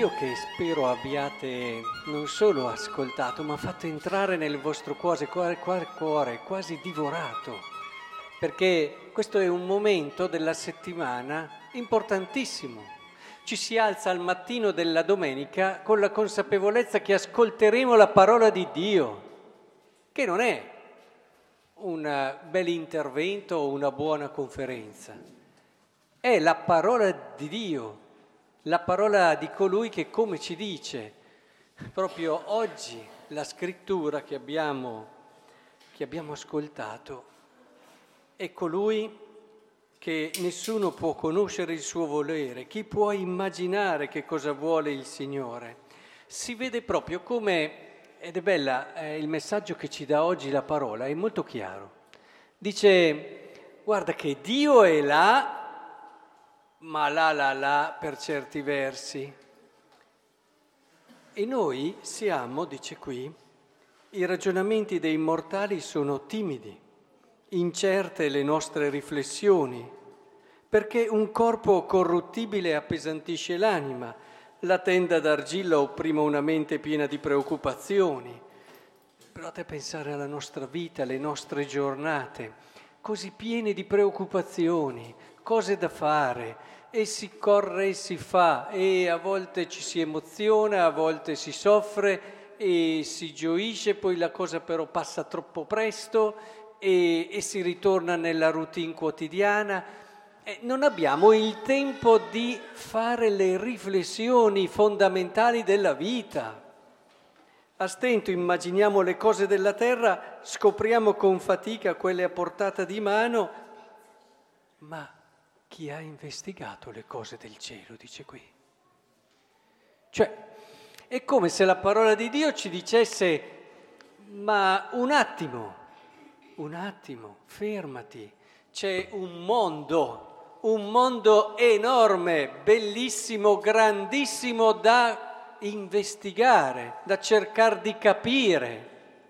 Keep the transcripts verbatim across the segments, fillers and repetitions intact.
Dio che spero abbiate non solo ascoltato, ma fatto entrare nel vostro cuore, cuore, cuore, cuore quasi divorato, perché questo è un momento della settimana importantissimo. Ci si alza al mattino della domenica con la consapevolezza che ascolteremo la parola di Dio, che non è un bel intervento o una buona conferenza, è la parola di Dio. La parola di colui che, come ci dice proprio oggi la scrittura che abbiamo, che abbiamo ascoltato, è colui che nessuno può conoscere il suo volere. Chi può immaginare che cosa vuole il Signore? Si vede proprio come, ed è bella, eh, il messaggio che ci dà oggi la parola, è molto chiaro. Dice, guarda che Dio è là, ma là là là per certi versi. E noi siamo, dice qui, i ragionamenti dei mortali sono timidi, incerte le nostre riflessioni, perché un corpo corruttibile appesantisce l'anima, la tenda d'argilla opprime una mente piena di preoccupazioni. Provate a pensare alla nostra vita, alle nostre giornate, così piene di preoccupazioni, cose da fare, e si corre e si fa, e a volte ci si emoziona, a volte si soffre e si gioisce, poi la cosa però passa troppo presto e, e si ritorna nella routine quotidiana. E non abbiamo il tempo di fare le riflessioni fondamentali della vita. A stento immaginiamo le cose della terra, scopriamo con fatica quelle a portata di mano, ma chi ha investigato le cose del cielo, dice qui. Cioè, è come se la parola di Dio ci dicesse, ma un attimo, un attimo, fermati, c'è un mondo, un mondo enorme, bellissimo, grandissimo da investigare, da cercare di capire.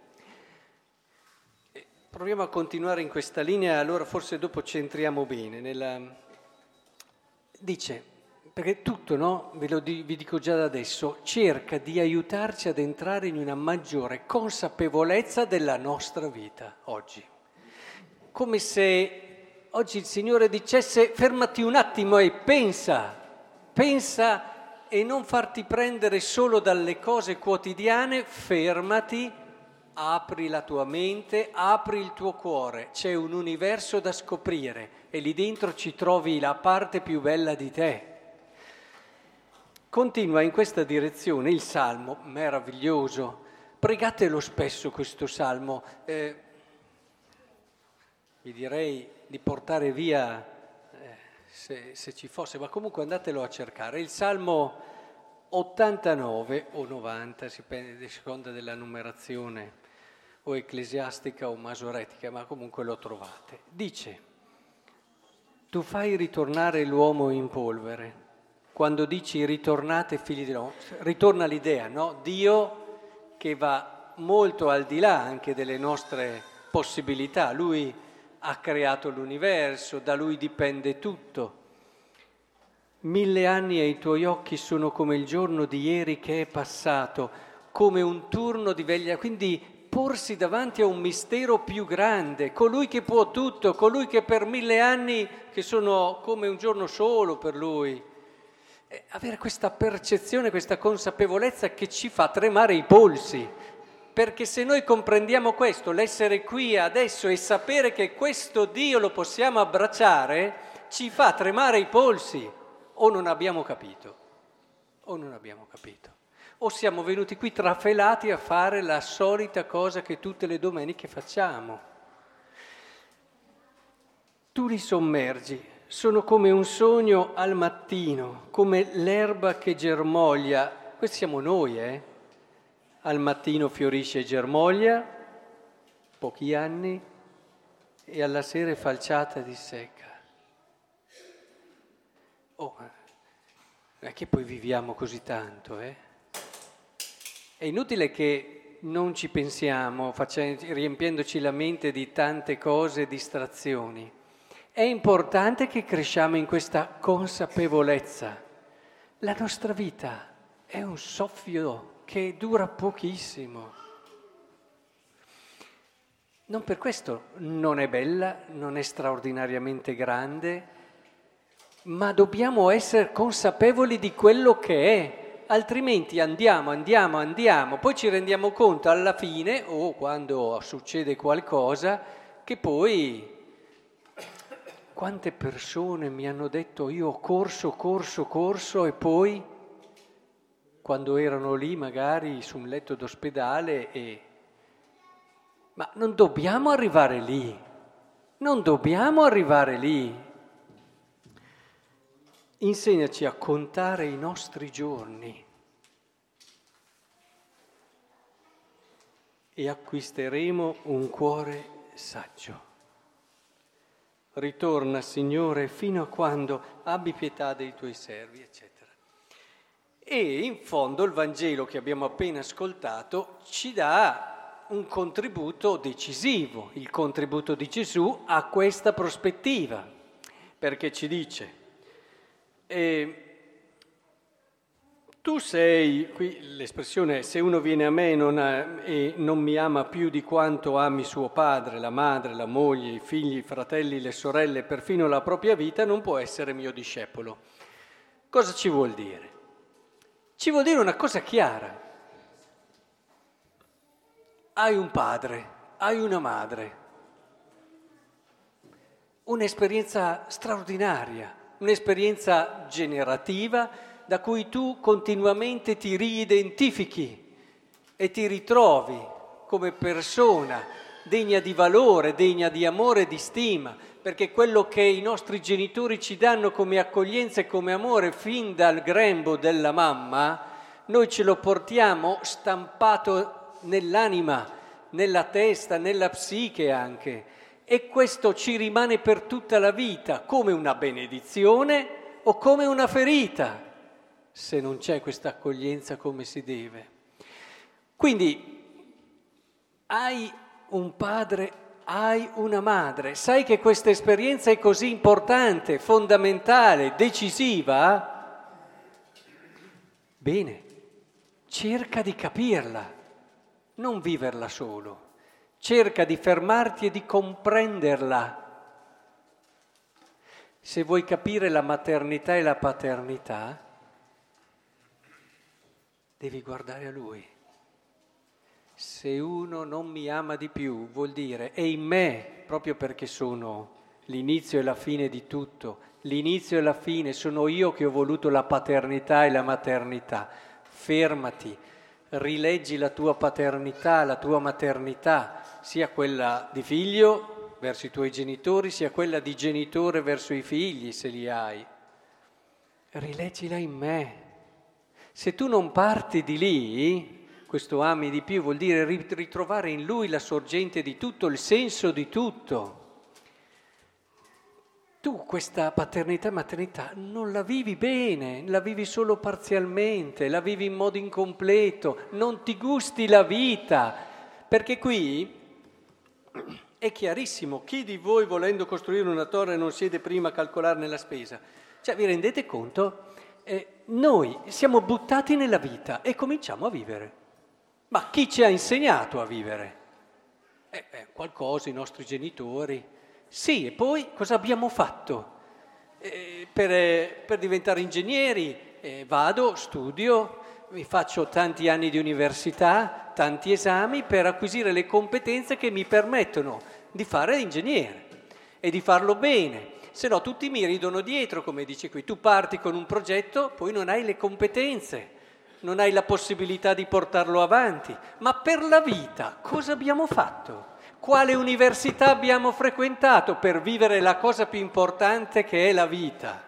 Proviamo a continuare in questa linea, allora forse dopo centriamo bene. Nella... Dice, perché tutto, no? Ve lo di, vi dico già da adesso, cerca di aiutarci ad entrare in una maggiore consapevolezza della nostra vita oggi. Come se oggi il Signore dicesse fermati un attimo e pensa, pensa e non farti prendere solo dalle cose quotidiane, fermati, apri la tua mente, apri il tuo cuore, c'è un universo da scoprire e lì dentro ci trovi la parte più bella di te. Continua in questa direzione il Salmo, meraviglioso, pregatelo spesso questo Salmo, eh, vi direi di portare via eh, se, se ci fosse, ma comunque andatelo a cercare, il Salmo ottantanove o novanta, si prende a seconda della numerazione o ecclesiastica o masoretica, ma comunque lo trovate. Dice, tu fai ritornare l'uomo in polvere. Quando dici ritornate figli dell'uomo, ritorna l'idea, no? Dio che va molto al di là anche delle nostre possibilità. Lui ha creato l'universo, da lui dipende tutto. Mille anni ai tuoi occhi sono come il giorno di ieri che è passato, come un turno di veglia. Quindi porsi davanti a un mistero più grande, colui che può tutto, colui che per mille anni, che sono come un giorno solo per lui. E avere questa percezione, questa consapevolezza che ci fa tremare i polsi. Perché se noi comprendiamo questo, l'essere qui adesso e sapere che questo Dio lo possiamo abbracciare, ci fa tremare i polsi. O non abbiamo capito, o non abbiamo capito. O siamo venuti qui trafelati a fare la solita cosa che tutte le domeniche facciamo. Tu li sommergi, sono come un sogno al mattino, come l'erba che germoglia. Questi siamo noi, eh? Al mattino fiorisce e germoglia, pochi anni, e alla sera è falciata e disseca. Oh, non è che poi viviamo così tanto, eh? È inutile che non ci pensiamo, facendo, riempiendoci la mente di tante cose e distrazioni. È importante che cresciamo in questa consapevolezza. La nostra vita è un soffio che dura pochissimo. Non per questo non è bella, non è straordinariamente grande, ma dobbiamo essere consapevoli di quello che è, altrimenti andiamo, andiamo, andiamo, poi ci rendiamo conto alla fine o quando succede qualcosa che poi quante persone mi hanno detto io ho corso, corso, corso e poi quando erano lì magari su un letto d'ospedale e... Ma non dobbiamo arrivare lì, non dobbiamo arrivare lì. Insegnaci a contare i nostri giorni e acquisteremo un cuore saggio. Ritorna, Signore, fino a quando abbi pietà dei tuoi servi, eccetera. E in fondo il Vangelo che abbiamo appena ascoltato ci dà un contributo decisivo, il contributo di Gesù a questa prospettiva, perché ci dice, eh, tu sei, qui l'espressione è se uno viene a me non ha, e non mi ama più di quanto ami suo padre, la madre, la moglie, i figli, i fratelli, le sorelle, perfino la propria vita, non può essere mio discepolo. Cosa ci vuol dire? Ci vuol dire una cosa chiara. Hai un padre, hai una madre, un'esperienza straordinaria, un'esperienza generativa da cui tu continuamente ti riidentifichi e ti ritrovi come persona degna di valore, degna di amore e di stima, perché quello che i nostri genitori ci danno come accoglienza e come amore fin dal grembo della mamma, noi ce lo portiamo stampato nell'anima, nella testa, nella psiche anche, e questo ci rimane per tutta la vita come una benedizione o come una ferita, se non c'è questa accoglienza come si deve. Quindi hai un padre, hai una madre, sai che questa esperienza è così importante, fondamentale, decisiva? Bene, cerca di capirla. Non viverla solo, cerca di fermarti e di comprenderla. Se vuoi capire la maternità e la paternità, devi guardare a Lui. Se uno non mi ama di più, vuol dire è in me, proprio perché sono l'inizio e la fine di tutto, l'inizio e la fine, sono io che ho voluto la paternità e la maternità. Fermati. Rileggi la tua paternità, la tua maternità, sia quella di figlio verso i tuoi genitori, sia quella di genitore verso i figli, se li hai. Rileggila in me. Se tu non parti di lì, questo ami di più vuol dire ritrovare in lui la sorgente di tutto, il senso di tutto. Tu questa paternità e maternità non la vivi bene, la vivi solo parzialmente, la vivi in modo incompleto, non ti gusti la vita, perché qui è chiarissimo, chi di voi volendo costruire una torre non siede prima a calcolarne la spesa? Cioè vi rendete conto? Eh, noi siamo buttati nella vita e cominciamo a vivere. Ma chi ci ha insegnato a vivere? Eh, eh, qualcosa, i nostri genitori. Sì, e poi cosa abbiamo fatto? Eh, per, eh, per diventare ingegneri eh, vado, studio, mi faccio tanti anni di università, tanti esami per acquisire le competenze che mi permettono di fare l'ingegnere e di farlo bene. Se no tutti mi ridono dietro, come dice qui. Tu parti con un progetto, poi non hai le competenze, non hai la possibilità di portarlo avanti. Ma per la vita cosa abbiamo fatto? Quale università abbiamo frequentato per vivere la cosa più importante che è la vita?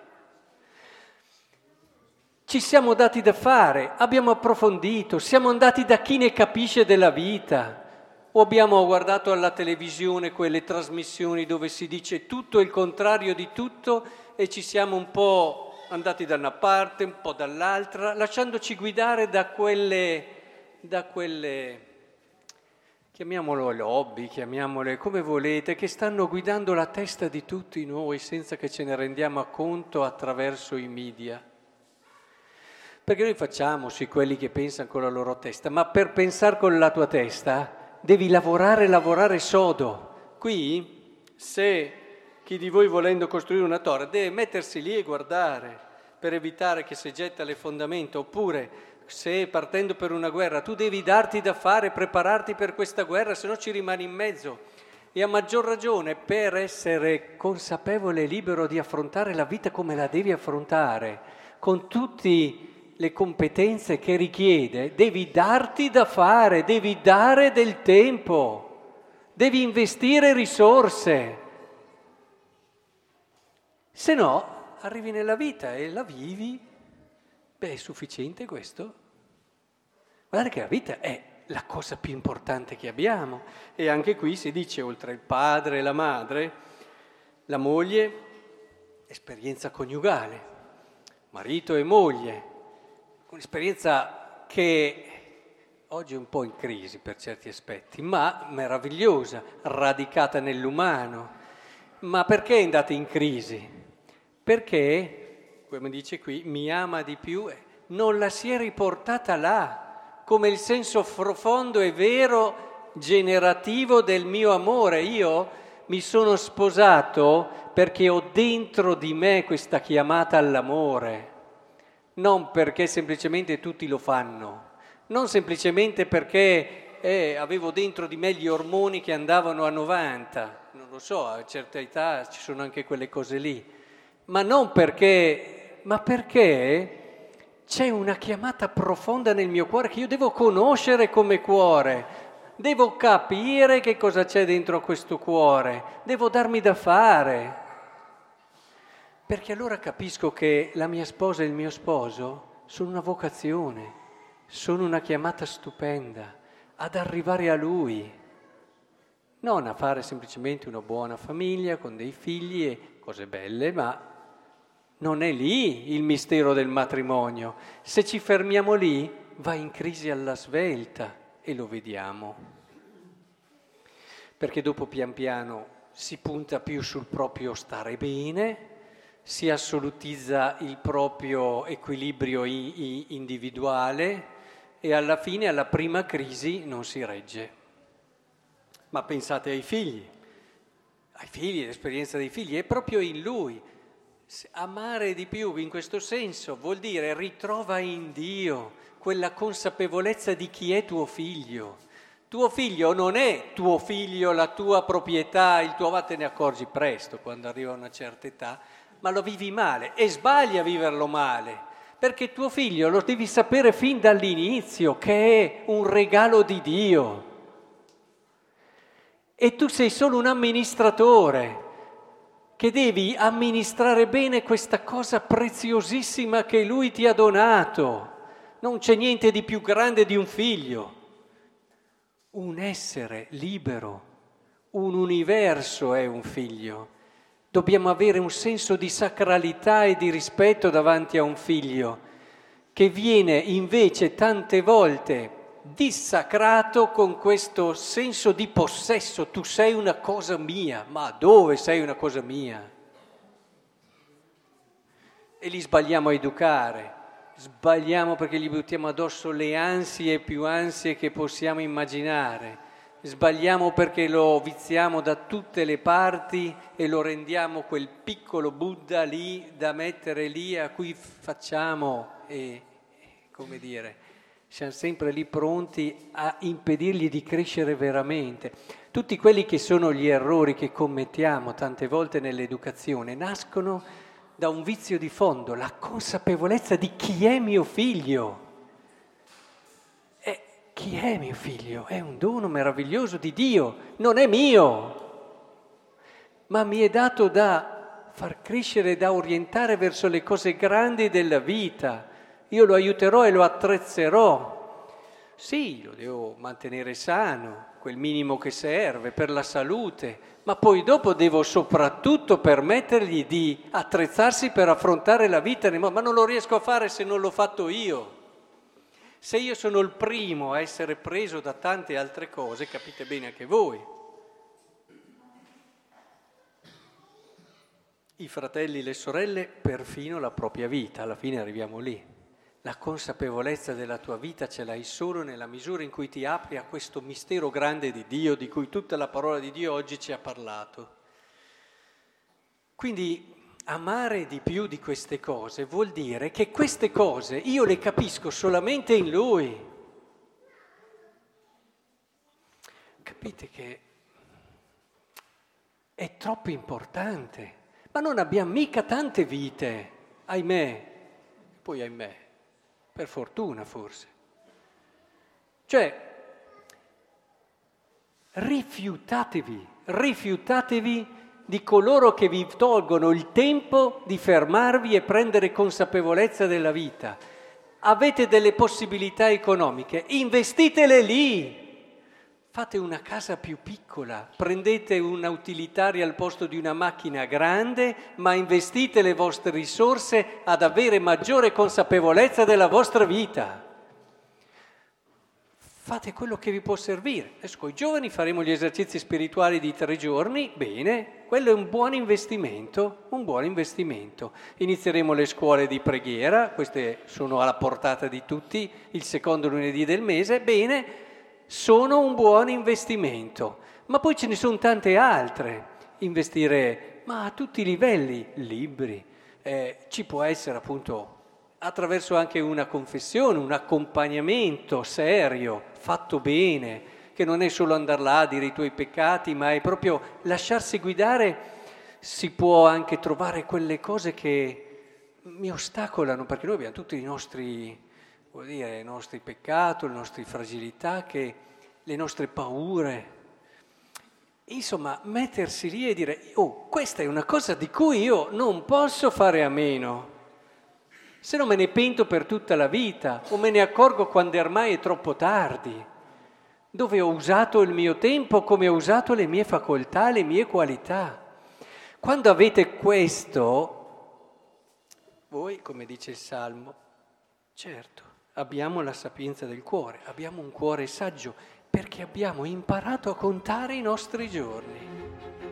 Ci siamo dati da fare, abbiamo approfondito, siamo andati da chi ne capisce della vita. O abbiamo guardato alla televisione quelle trasmissioni dove si dice tutto e il contrario di tutto e ci siamo un po' andati da una parte, un po' dall'altra, lasciandoci guidare da quelle, da quelle... chiamiamolo lobby, chiamiamole come volete, che stanno guidando la testa di tutti noi senza che ce ne rendiamo conto attraverso i media. Perché noi facciamo sì quelli che pensano con la loro testa, ma per pensare con la tua testa devi lavorare, lavorare sodo. Qui, se chi di voi volendo costruire una torre deve mettersi lì e guardare per evitare che si getta le fondamenta, oppure se partendo per una guerra tu devi darti da fare, prepararti per questa guerra, se no ci rimani in mezzo. E a maggior ragione per essere consapevole e libero di affrontare la vita come la devi affrontare, con tutte le competenze che richiede, devi darti da fare, devi dare del tempo, devi investire risorse. Se no, arrivi nella vita e la vivi, beh, è sufficiente questo? Guardate che la vita è la cosa più importante che abbiamo. E anche qui si dice, oltre il padre e la madre, la moglie, esperienza coniugale, marito e moglie, un'esperienza che oggi è un po' in crisi per certi aspetti, ma meravigliosa, radicata nell'umano. Ma perché è andata in crisi? Perché, come dice qui, mi ama di più, non la si è riportata là, come il senso profondo e vero, generativo del mio amore. Io mi sono sposato perché ho dentro di me questa chiamata all'amore. Non perché semplicemente tutti lo fanno, non semplicemente perché eh, avevo dentro di me gli ormoni che andavano a novanta, non lo so, a certa età ci sono anche quelle cose lì, ma non perché, ma perché c'è una chiamata profonda nel mio cuore che io devo conoscere come cuore, devo capire che cosa c'è dentro questo cuore, devo darmi da fare. Perché allora capisco che la mia sposa e il mio sposo sono una vocazione, sono una chiamata stupenda ad arrivare a Lui, non a fare semplicemente una buona famiglia con dei figli e cose belle, ma non è lì il mistero del matrimonio. Se ci fermiamo lì va in crisi alla svelta e lo vediamo. Perché dopo pian piano si punta più sul proprio stare bene, si assolutizza il proprio equilibrio i- i- individuale e alla fine, alla prima crisi, non si regge. Ma pensate ai figli, ai figli, all'esperienza dei figli, è proprio in lui. Amare di più in questo senso vuol dire ritrova in Dio quella consapevolezza di chi è tuo figlio. Tuo figlio non è tuo figlio, la tua proprietà, il tuo, ma te ne accorgi presto quando arriva a una certa età, ma lo vivi male e sbagli a viverlo male, perché tuo figlio lo devi sapere fin dall'inizio che è un regalo di Dio e tu sei solo un amministratore che devi amministrare bene questa cosa preziosissima che Lui ti ha donato. Non c'è niente di più grande di un figlio, un essere libero, un universo è un figlio. Dobbiamo avere un senso di sacralità e di rispetto davanti a un figlio che viene invece tante volte dissacrato con questo senso di possesso. Tu sei una cosa mia, ma dove sei una cosa mia? E li sbagliamo a educare, sbagliamo perché gli buttiamo addosso le ansie più ansie che possiamo immaginare. Sbagliamo perché lo viziamo da tutte le parti e lo rendiamo quel piccolo Buddha lì da mettere lì a cui facciamo, e, come dire, siamo sempre lì pronti a impedirgli di crescere veramente. Tutti quelli che sono gli errori che commettiamo tante volte nell'educazione nascono da un vizio di fondo, la consapevolezza di chi è mio figlio. Chi è mio figlio? È un dono meraviglioso di Dio, non è mio, ma mi è dato da far crescere, da orientare verso le cose grandi della vita. Io lo aiuterò e lo attrezzerò. Sì, lo devo mantenere sano, quel minimo che serve per la salute, ma poi dopo devo soprattutto permettergli di attrezzarsi per affrontare la vita, ma non lo riesco a fare se non l'ho fatto io. Se io sono il primo a essere preso da tante altre cose, capite bene anche voi. I fratelli, le sorelle, perfino la propria vita, alla fine arriviamo lì. la consapevolezza della tua vita ce l'hai solo nella misura in cui ti apri a questo mistero grande di Dio, di cui tutta la parola di Dio oggi ci ha parlato. Quindi amare di più di queste cose vuol dire che queste cose io le capisco solamente in Lui. Capite che è troppo importante, ma non abbiamo mica tante vite, ahimè, poi ahimè. Per fortuna forse. Cioè, rifiutatevi, rifiutatevi di coloro che vi tolgono il tempo di fermarvi e prendere consapevolezza della vita. Avete delle possibilità economiche, investitele lì. Fate una casa più piccola, prendete una utilitaria al posto di una macchina grande, ma investite le vostre risorse ad avere maggiore consapevolezza della vostra vita. Fate quello che vi può servire. Adesso con i giovani faremo gli esercizi spirituali di tre giorni, bene, quello è un buon investimento, un buon investimento. Inizieremo le scuole di preghiera, queste sono alla portata di tutti, il secondo lunedì del mese, bene, sono un buon investimento, ma poi ce ne sono tante altre. Investire, ma a tutti i livelli, libri, eh, ci può essere appunto attraverso anche una confessione, un accompagnamento serio, fatto bene, che non è solo andare là a dire i tuoi peccati, ma è proprio lasciarsi guidare. Si può anche trovare quelle cose che mi ostacolano, perché noi abbiamo tutti i nostri... vuol dire i nostri peccati, le nostre fragilità, che, le nostre paure. Insomma, mettersi lì e dire, oh, questa è una cosa di cui io non posso fare a meno, se no me ne pento per tutta la vita, o me ne accorgo quando ormai è troppo tardi, dove ho usato il mio tempo come ho usato le mie facoltà, le mie qualità. Quando avete questo, voi, come dice il Salmo, certo, abbiamo la sapienza del cuore, abbiamo un cuore saggio, perché abbiamo imparato a contare i nostri giorni.